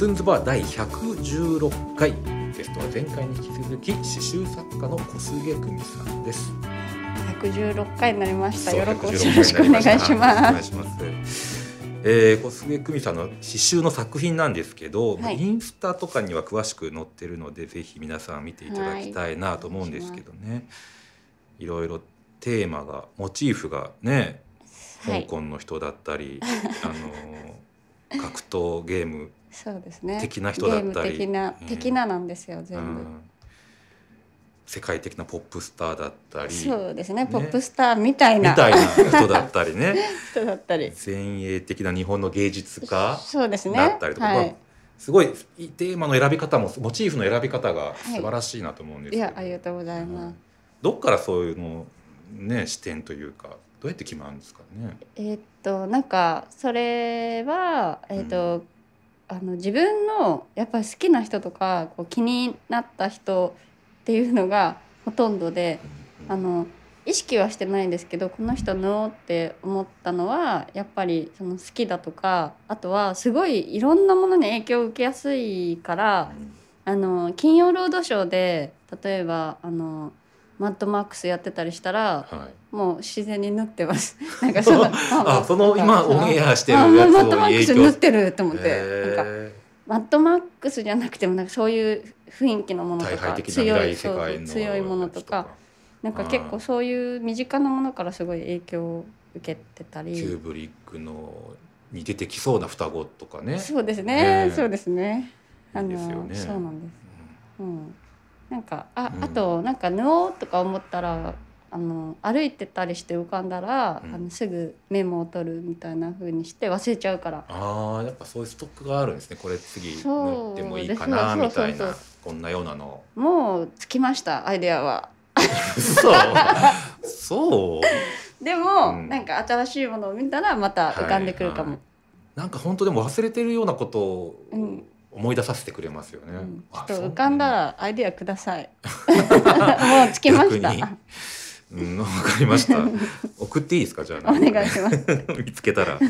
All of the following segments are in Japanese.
ツンズバー第116回ゲストは前回に引き続き刺繍作家の小菅久美さんです。 116回になりました。よろしくお願いします。 お願いします。小菅久美さんの刺繍の作品なんですけど、はい、インスタとかには詳しく載ってるのでぜひ皆さん見ていただきたいなと思うんですけどね、いろいろテーマがモチーフがね、香港の人だったり、格闘ゲーム的な人だったり、 ゲーム的ななんですよ全部、 世界的なポップスターだったり、 そうですね、ポップスターみたいな人だったりね人だったり、 前衛的な日本の芸術家だったりとか、 はい、 すごいテーマの選び方もモチーフの選び方が素晴らしいなと思うんですけど、 いやありがとうございます、 どっからそういうのね視点というかどうやって決まるんですかね。 なんかそれは自分のやっぱり好きな人とかこう気になった人っていうのがほとんどで、意識はしてないんですけど、この人のって思ったのはやっぱりその好きだとか、あとはすごいいろんなものに影響を受けやすいから、金曜ロードショーで例えばマッドマックスやってたりしたら、もう自然に縫ってます。なんかその今オンエアしてるやつをマッドマックス縫ってると思って、なんかマッドマックスじゃなくてもなんかそういう雰囲気のものとか強いものとか、なんか結構そういう身近なものからすごい影響を受けてたり、 キューブリックのに出てきそうな双子とかね。 そうですね、そうですね。 いいですよね。 そうなんです。なんかあとなんか縫おうとか思ったら歩いてたりして浮かんだら、すぐメモを取るみたいな風にして忘れちゃうから。 やっぱそういうストックがあるんですね。これ次縫ってもいいかなみたいな、こんなようなの。 もうつきましたアイデアは。そうでも、なんか新しいものを見たらまた浮かんでくるかも。 なんか本当でも忘れてるようなことを思い出させてくれますよね。 ちょっと浮かんだらアイデアください。もうつきました。わかりました。送っていいですか、じゃあ。 お願いします。 見つけたら。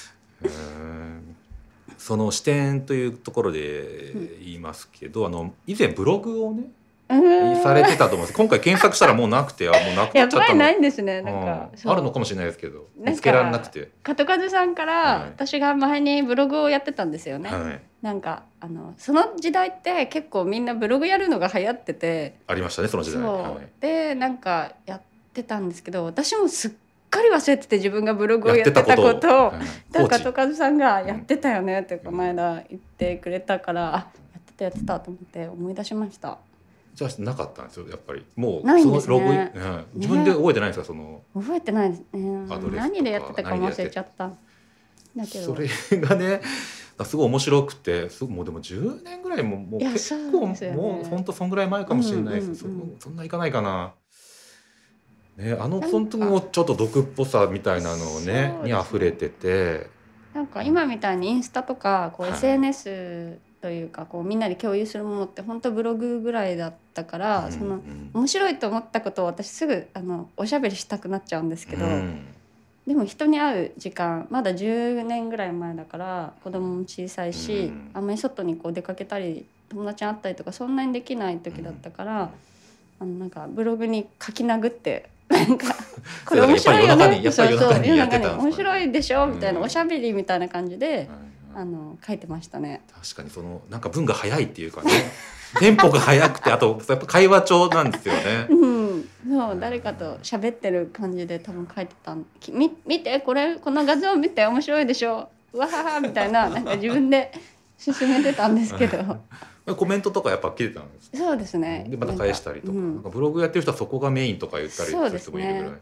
その視点というところで言いますけど、以前ブログをねされてたと思うんです。今回検索したらもうなくて、もうなくなっちゃったの。 やっぱりないんですね。なんかあるのかもしれないですけど見つけられなくて。 加藤和さんから私が前にブログをやってたんですよね。なんかその時代って結構みんなブログやるのが流行っててありましたね、その時代。 でなんかやってたんですけど、私もすっかり忘れてて、自分がブログをやってたことを加藤和さんがやってたよねってこの間言ってくれたから、やってたと思って思い出しました。 じゃあなかったんですよ、やっぱり。もうないんですね。 そのログ、自分で覚えてないんですか、その。 覚えてないですね。何でやってたかも忘れちゃった。だけどそれがね、すごい面白くて、もうでも10年ぐらいもう結構、もう本当そんぐらい前かもしれないです。そんないかないかな。ね、本当もちょっと毒っぽさみたいなのをねに溢れてて、 なんか今みたいにインスタとかこう SNSというかこうみんなで共有するものって本当ブログぐらいだったから、その面白いと思ったことを私すぐおしゃべりしたくなっちゃうんですけど、でも人に会う時間まだ10年ぐらい前だから子供も小さいし、あんまり外にこう出かけたり友達に会ったりとかそんなにできない時だったから、なんかブログに書き殴ってなんかこれ面白いよね、面白いでしょみたいな、おしゃべりみたいな感じで書いてましたね。 確かにそのなんか文が早いっていうかねテンポが早くて、あとやっぱ会話帳なんですよね。 そう誰かと喋ってる感じで多分書いてた。見てこの画像見て面白いでしょ、うわははみたいな、なんか自分で進めてたんですけどコメントとかやっぱ来てたんですか。 そうですね。 でまた返したりとか、なんかブログやってる人はそこがメインとか言ったりする人もいるぐらい。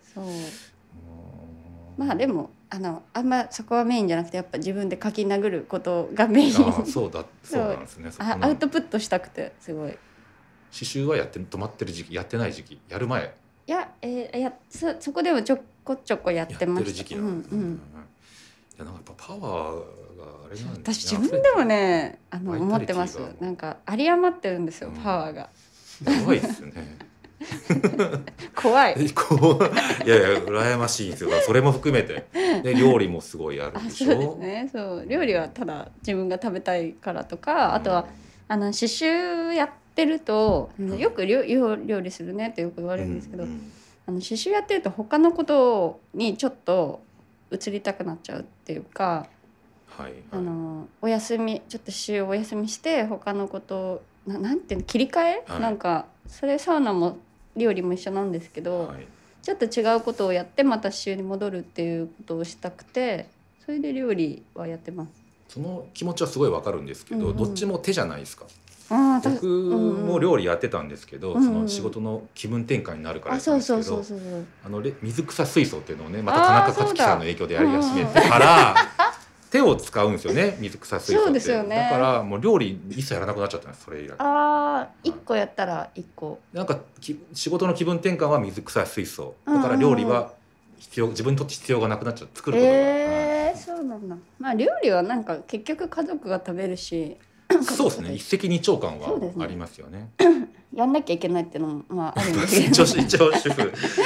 まあでもあんまそこはメインじゃなくて、やっぱ自分で書き殴ることがメイン。 そうなんですね。 アウトプットしたくてすごい。 刺繍は止まってる時期、やってない時期、やる前。 いやそこでもちょこちょこやってました。やってる時期なんですね。 いやなんかやっぱパワーがあれなんですね。私自分でもね思ってます。なんか有り余ってるんですよ、パワーが。 やばいですね。 怖い。 いやいや羨ましいんですよ。それも含めてで料理もすごいあるんでしょ。 そうですね。そう料理はただ自分が食べたいからとか、あとは刺繍やってるとよく料理するねってよく言われるんですけど、刺繍やってると他のことにちょっと移りたくなっちゃうっていうか、 はいはい、 お休みちょっと刺繍をお休みして他のことなんていうの切り替え、 はい、 なんかそれサウナも料理も一緒なんですけど、 はい、 ちょっと違うことをやってまた刺繍に戻るっていうことをしたくて、それで料理はやってます。 その気持ちはすごいわかるんですけど、どっちも手じゃないですか。僕も料理やってたんですけど、その仕事の気分転換になるからなんですけど、水草水槽っていうのをねまた田中克樹さんの影響でやり始めてから手を使うんですよね、水草水槽って。そうですよね。だからもう料理一切やらなくなっちゃったんです、それ以来。 1個やったら1個なんか仕事の気分転換は水草水槽だから、料理は自分にとって必要がなくなっちゃう、作ることが。 そうなんだ。まあ料理はなんか結局家族が食べるしそうですね、一石二鳥感はありますよね。 やんなきゃいけないっていうのもまああるんですけど一応主婦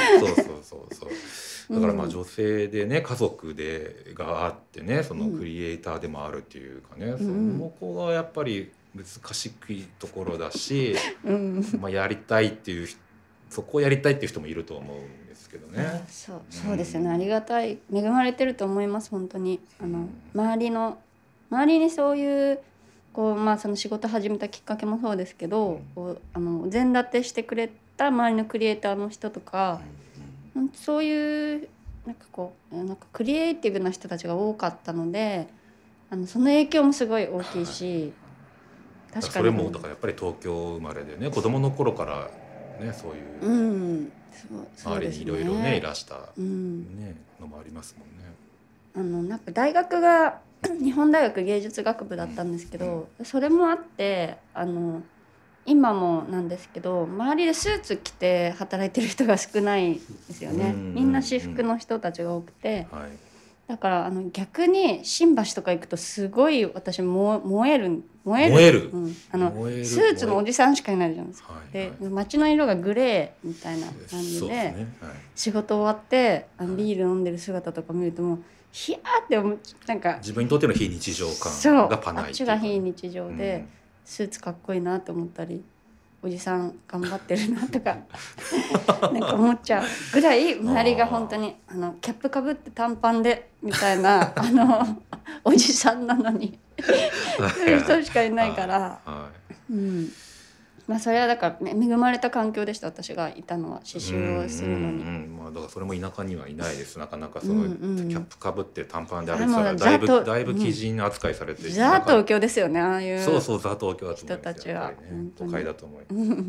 そうだからまあ女性でね、家族でがあってね、そのクリエイターでもあるっていうかね、その子がやっぱり難しいところだし、まあやりたいっていうそこをやりたいっていう人もいると思うんですけどね。 そうですよね、ありがたい、恵まれてると思います本当に。周りにそういうまあその仕事始めたきっかけもそうですけど、全立てしてくれた周りのクリエイターの人とか、そういうなんかクリエイティブな人たちが多かったので、その影響もすごい大きいし、 確かにそれもだからやっぱり東京生まれでね、子供の頃からね、そういう周りにいろいろねいらしたねのもありますもんね。 なんか大学が日本大学芸術学部だったんですけど、それもあって今もなんですけど、周りでスーツ着て働いてる人が少ないですよね。みんな私服の人たちが多くて、だから逆に新橋とか行くとすごい私燃える、スーツのおじさんしかいないじゃないですか。で街の色がグレーみたいな感じで、仕事終わってビール飲んでる姿とか見るともうヒヤーって思う。なんか自分にとっての非日常感がパないっていうか、 あっちが非日常で、スーツかっこいいなと思ったり、おじさん頑張ってるなとかなんか思っちゃうぐらい、周りが本当にキャップかぶって短パンでみたいなおじさんなのにそういう人しかいないから、まあそれはだから、恵まれた環境でした、私がいたのは刺繍をするのに。 まあだからそれも田舎にはいないです。なかなかそのキャップかぶって短パンで歩いてたらだいぶ奇人扱いされて、 ザ東京ですよね、ああいうそうザ東京だと思います。 人たちは都会だと思います。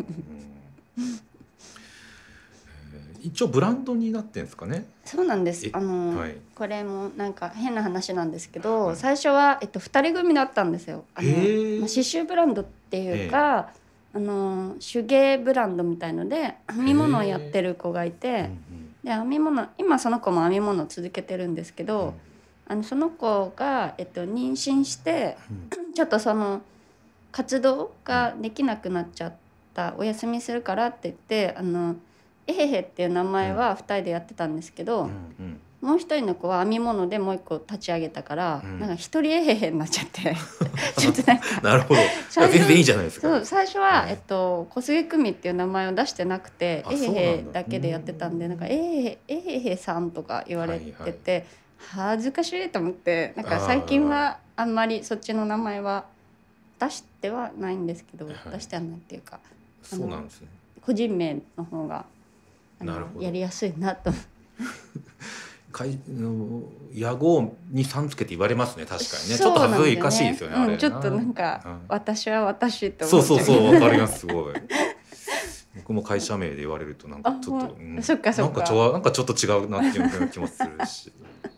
一応ブランドになってんですかね。 そうなんです。これもなんか変な話なんですけど、最初は2人組だったんですよ。刺繍ブランドっていうか、手芸ブランドみたいので編み物をやってる子がいて、で編み物、今その子も編み物を続けてるんですけど、その子が、妊娠して、ちょっとその活動ができなくなっちゃった、お休みするからって言ってえへへっていう名前は2人でやってたんですけど、もう一人の子は編み物でもう一個立ち上げたから、なんか一人えへへになっちゃってちょっとなんかなるほど、全然いいじゃないですか。 そう最初は、小菅久美っていう名前を出してなくて、えへへだけでやってたんで、なんかえへへさんとか言われてて、恥ずかしいと思って、なんか最近はあんまりそっちの名前は出してはないんですけど、出してはないっていうか、 そうなんですね、 個人名の方がやりやすいなと屋号にさんつけて言われますね、確かにね。ちょっと恥ずかしいですよね、あれ。 ちょっとなんか、私は私って思っちゃう。そうわかります、すごい。僕も会社名で言われるとなんかちょっと、なんかちょっと違うなっていう気もするし、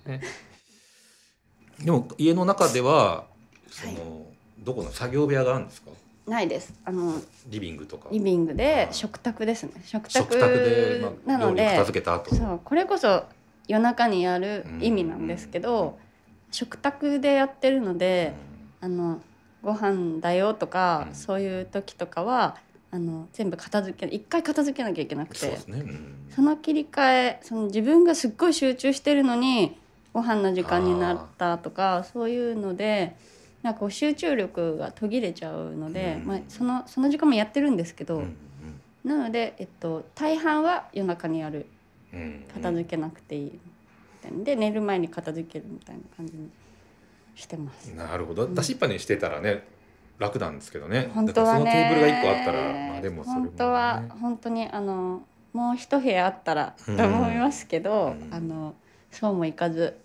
でも家の中ではその、どこの作業部屋があるんですか？ ないです。 リビングとか。 リビングで食卓ですね。食卓で、 なので、 片付けた後。 そう、これこそ夜中にやる意味なんですけど、食卓でやってるので、ご飯だよとか、そういう時とかは全部一回片付けなきゃいけなくて、 そうですね、 その切り替え、自分がすっごい集中してるのにご飯の時間になったとか、そういうのでなんかこう集中力が途切れちゃうので、その時間もやってるんですけど、なので、大半は夜中にやる、片付けなくていいみたいなで寝る前に片付けるみたいな感じにしてます。 なるほど。出しっぱにしてたらね楽なんですけどね。 本当はね、 だからそのテーブルが1個あったら、でもそれも、ね、 本当は本当にもう一部屋あったらと思いますけど、そうもいかず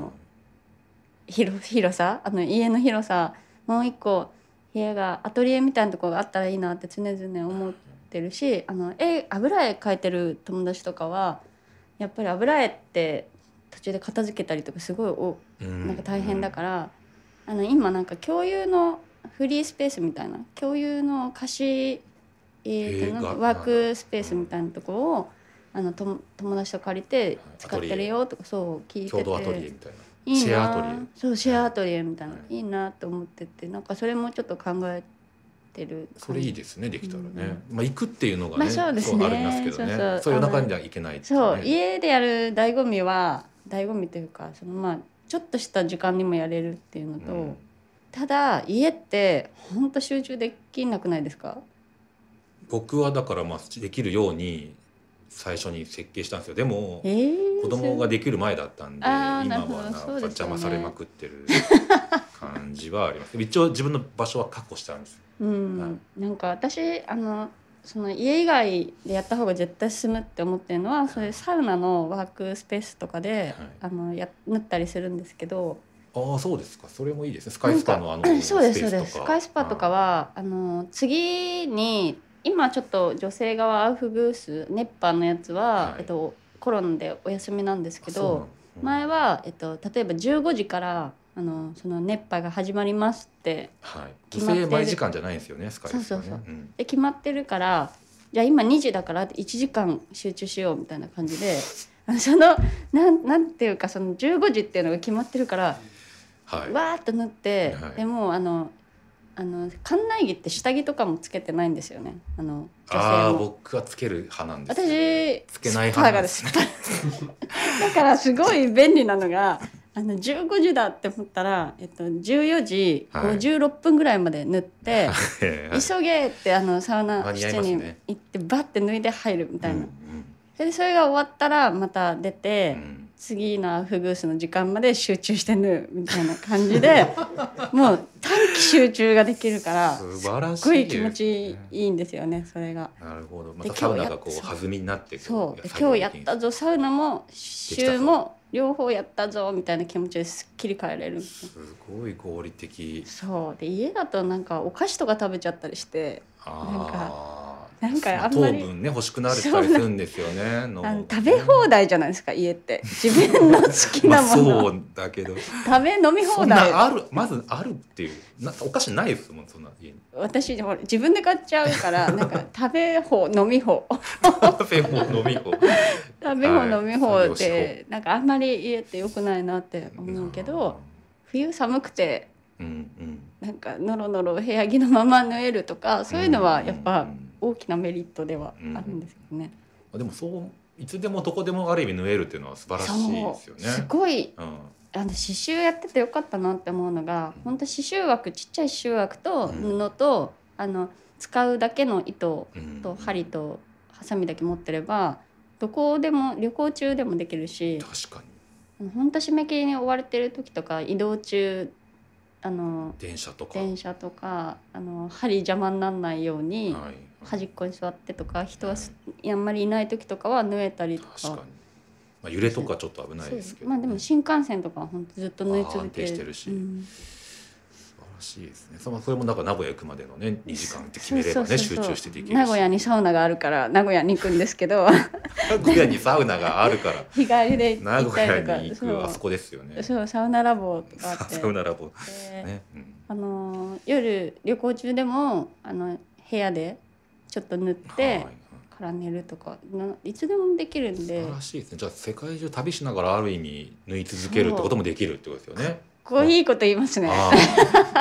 広さ家の広さもう一個部屋がアトリエみたいなところがあったらいいなって常々思ってるし、油絵描いてる友達とかはやっぱり油絵って途中で片付けたりとかすごいなんか大変だから、今なんか共有のフリースペースみたいな共有の貸し、ワークスペースみたいなところを友達と借りて使ってるよとかそう聞いてて、 共同アトリエみたいな、 いいな、 シェアアトリエ、 そうシェアアトリエみたいな、いいなと思ってて、なんかそれもちょっと考えてる。 それいいですね、できたらね、行くっていうのがね、 そうですね、 ありますけどね、そういう中にはいけないっていうね。 そう家でやる醍醐味というかちょっとした時間にもやれるっていうのと、ただ家ってほんと集中できなくないですか？ 僕はだからできるように最初に設計したんですよ。でも、子供ができる前だったんで今はなんか邪魔されまくってる感じはあります。一応自分の場所は確保したんです。 なんか私その家以外でやった方が絶対進むって思ってるのは、そういうサウナのワークスペースとかで、縫ったりするんですけど。 そうですか。それもいいですね。スカイスパのそうですそうです。スカイスパとかは次に今ちょっと女性側アウフグース熱波のやつは、コロナでお休みなんですけど、前は、例えば15時からその熱波が始まりますって決まってる、前時間じゃないんですよね、スカイスパね。 で決まってるから、じゃあ今2時だから1時間集中しようみたいな感じでなんていうかその15時っていうのが決まってるから、わーっと縫って、でも館内着って下着とかもつけてないんですよね。女性も。 僕はつける派なんですよ。 私つけない派なんですね。 だからすごい便利なのが15時だって思ったら、14時56分ぐらいまで縫って、急げってサウナ室に行ってバッて脱いで入るみたいな。それが終わったらまた出て、次のアウフグースの時間まで集中して縫うみたいな感じでもう短期集中ができるから素晴らしいですね。 すごい気持ちいいんですよね、それが。 なるほど。またサウナがこう弾みになってそう今日やったぞ、サウナも週も両方やったぞみたいな気持ちですっきり帰れる。 すごい合理的。 そうで家だとなんかお菓子とか食べちゃったりして、なんかあんまり糖分ね欲しくなるったりするんですよね。 食べ放題じゃないですか家って、自分の好きなものそうだけど食べ飲み放題まずあるっていうお菓子ないですもん、そんな家に。 私自分で買っちゃうからなんか食べ放飲み放食べ放飲み放食べ放飲み放ってなんかあんまり家って良くないなって思うけど、冬寒くてなんかノロノロ部屋着のまま縫えるとか、そういうのはやっぱ大きなメリットではあるんですけどね。 でもいつでもどこでもある意味縫えるっていうのは素晴らしいですよね。 すごい、刺繍やっててよかったなって思うのが、本当刺繍枠、ちっちゃい刺繍枠と布と、使うだけの糸と針とハサミだけ持ってればどこでも旅行中でもできるし、 確かに本当締め切りに追われてる時とか移動中電車とか針邪魔にならないように、端っこに座ってとか人はあんまりいない時とかは縫えたりとか。 確かに、揺れとかちょっと危ないですけど、 でも新幹線とかは本当ずっと縫い続ける。 安定してるし、素晴らしいですね。それもなんか名古屋行くまでのね2時間って決めればね、集中してできるし。 名古屋にサウナがあるから名古屋に行くんですけど名古屋にサウナがあるから日帰りで行名ったりとか、 古屋に行くあそこですよね。 そうサウナラボとかあって、 サウナラボね、 夜旅行中でも部屋でちょっと塗ってから寝るとかいつでもできるんで。 素晴らしいですね。じゃあ世界中旅しながらある意味縫い続けるってこともできるってことですよね。 こういいこと言いますね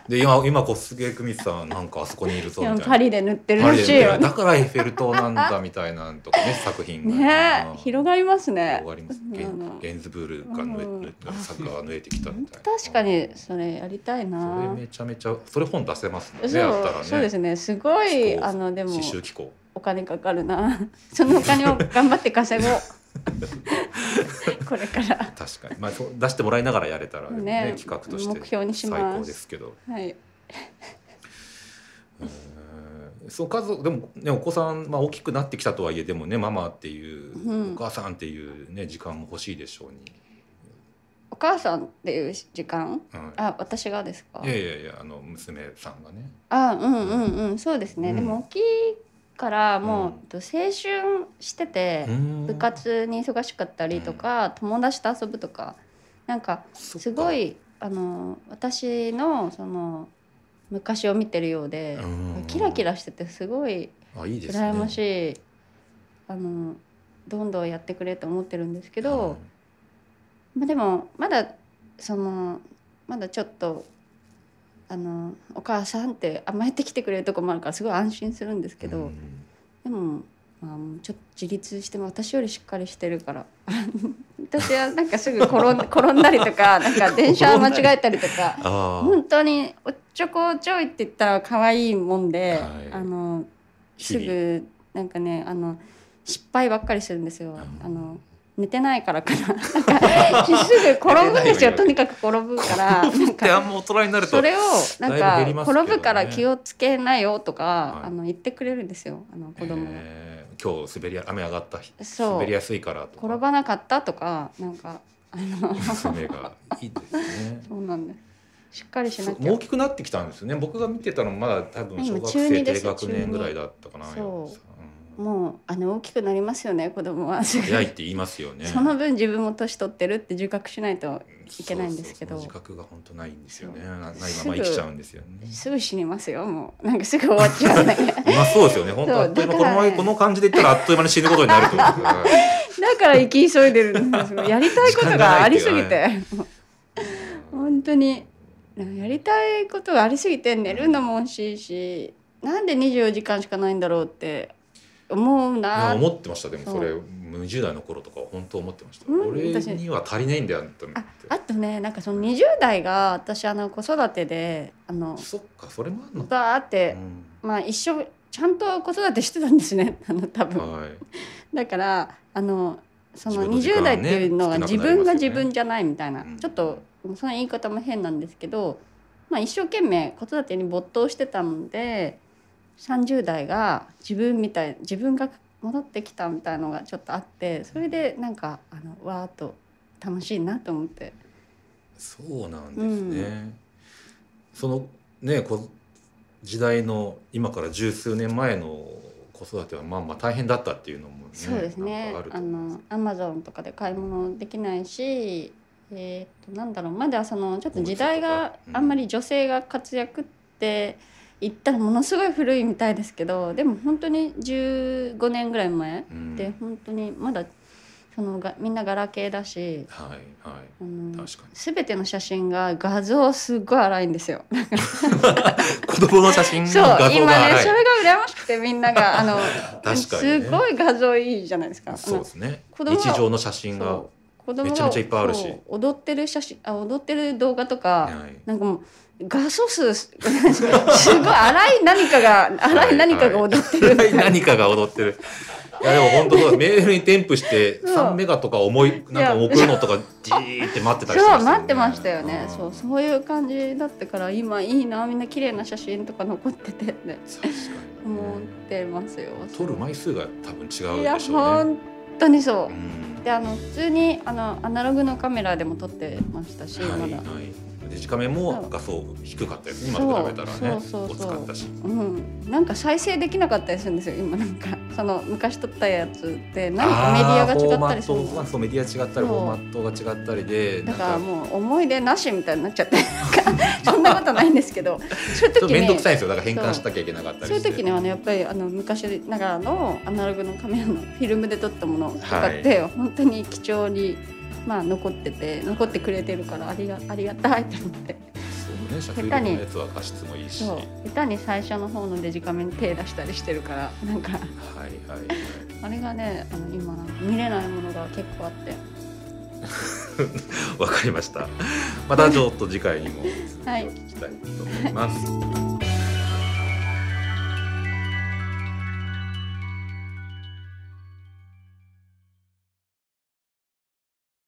で今小菅久美さんなんかあそこにいるぞみたいな、 パリで塗ってるらしいよ。 だからエッフェル塔なんだみたいなとかね作品がね広がりますね。 広がります。ゲンズブールが作家が縫えてきたみたいな。 確かにそれやりたいな。 それめちゃめちゃそれ本出せますもんね。やったらね。 そうですね。すごいでも刺繍機構お金かかるな。そのお金を頑張って稼ごう。これから確かに、まあ、出してもらいながらやれたら、ね企画として目標にします。 最高ですけど、 はい、 そう家族でも、ね、お子さん、まあ、大きくなってきたとはいえでもねママっていう、お母さんっていう、ね、時間も欲しいでしょうに。 お母さんっていう時間、私がですか。 いや娘さんがね。そうですね、でも大きいからもう青春してて、部活に忙しかったりとか、友達と遊ぶとかなんかすごい私のその昔を見てるようで、キラキラしててすごい羨ましい。どんどんやってくれと思ってるんですけど、でもまだちょっとお母さんって甘えてきてくれるとこもあるからすごい安心するんですけど、でも、ちょっと自立しても私よりしっかりしてるから私はなんかすぐ転んだりとかなんか電車間違えたりとか本当におっちょこちょいって言ったら可愛いもんで、すぐなんかね失敗ばっかりするんですよ。寝てないからかな。なんかすぐ転ぶんですよ。とにかく転ぶからなんかそれをなんか転ぶから気をつけなよとか言ってくれるんですよ子供が。 今日雨上がった滑りやすいからとか転ばなかったとかなんか娘がいいですね。 そうなんです。しっかりしなきゃ。 もう大きくなってきたんですね。僕が見てたのまだ多分小学生低学年ぐらいだったかな。 もう大きくなりますよね子供は。 早いって言いますよね。 その分自分も年取ってるって自覚しないといけないんですけど、 自覚が本当ないんですよね。ないまま生きちゃうんですよね。 すぐ死にますよ。もうなんかすぐ終わっちゃうね。 まあそうですよね。本当あっという間この感じで言ったらあっという間に死ぬことになると思う。だから生き急いでるんですよ。やりたいことがありすぎて、本当にやりたいことがありすぎて寝るのも惜しいし、なんで24時間しかないんだろうって思うな。 思ってました。でもそれ20代の頃とか本当思ってました。俺には足りないんだよと思って。 あとねなんかその20代が私子育てでそっかそれもあるのバーって、まあ一生ちゃんと子育てしてたんですね多分、だからその20代っていうのは自分が自分じゃないみたいな、ちょっとその言い方も変なんですけど、まあ、一生懸命子育てに没頭してたので30代が自分が戻ってきたみたいなのがちょっとあって、それでなんかわーっと楽しいなと思って。 そうなんですね。そのね時代の今から十数年前の子育てはまあまあ大変だったっていうのもね。 そうですね。Amazon とかで買い物できないし、なんだろうまだちょっと時代があんまり女性が活躍って言ったらものすごい古いみたいですけど、でも本当に15年ぐらい前で本当にまだみんなガラケーだし、 確かに全ての写真が画像すごい荒いんですよ。 子供の写真の画像が荒い。 今ねそれが羨ましくてみんなが確かに、 すごい画像いいじゃないですか。 そうですね。日常の写真がめちゃめちゃいっぱいあるし、 踊ってる動画とか、なんかもう画素数すごい荒い何かが踊ってる。 荒い何かが踊ってる。いやでも本当そうメールに添付して3メガとかなんか送るのとかじーって待ってたりしてましたよね。 待ってましたよね。そういう感じだったから今いいなみんな綺麗な写真とか残っててね。確かに思ってますよ。 撮る枚数が多分違うでしょうね。 いや本当にそう。で普通にアナログのカメラでも撮ってましたし、まだ。 デジカメも画素低かったですね。今と比べたらね。大きかったし。 なんか再生できなかったりするんですよ。今なんか昔撮ったやつって何かメディアが違ったりするの。 そうメディア違ったりフォーマットが違ったりで。 だからもう思い出なしみたいになっちゃって。そんなことないんですけど。そういう時に面倒くさいんですよ。だから変換しなきゃいけなかったりして。 そういう時にはねやっぱり昔ながらのアナログのカメラのフィルムで撮ったものとかって本当に貴重に残ってくれてるからありがたいと思って。 ね、シャフリのやつは画質もいいし、 そう下手に最初の方のデジカメに手出したりしてるからなんかはいはいはいあれがね今なんか見れないものが結構あってわかりました。またちょっと次回にも続きを聞きたいと思います。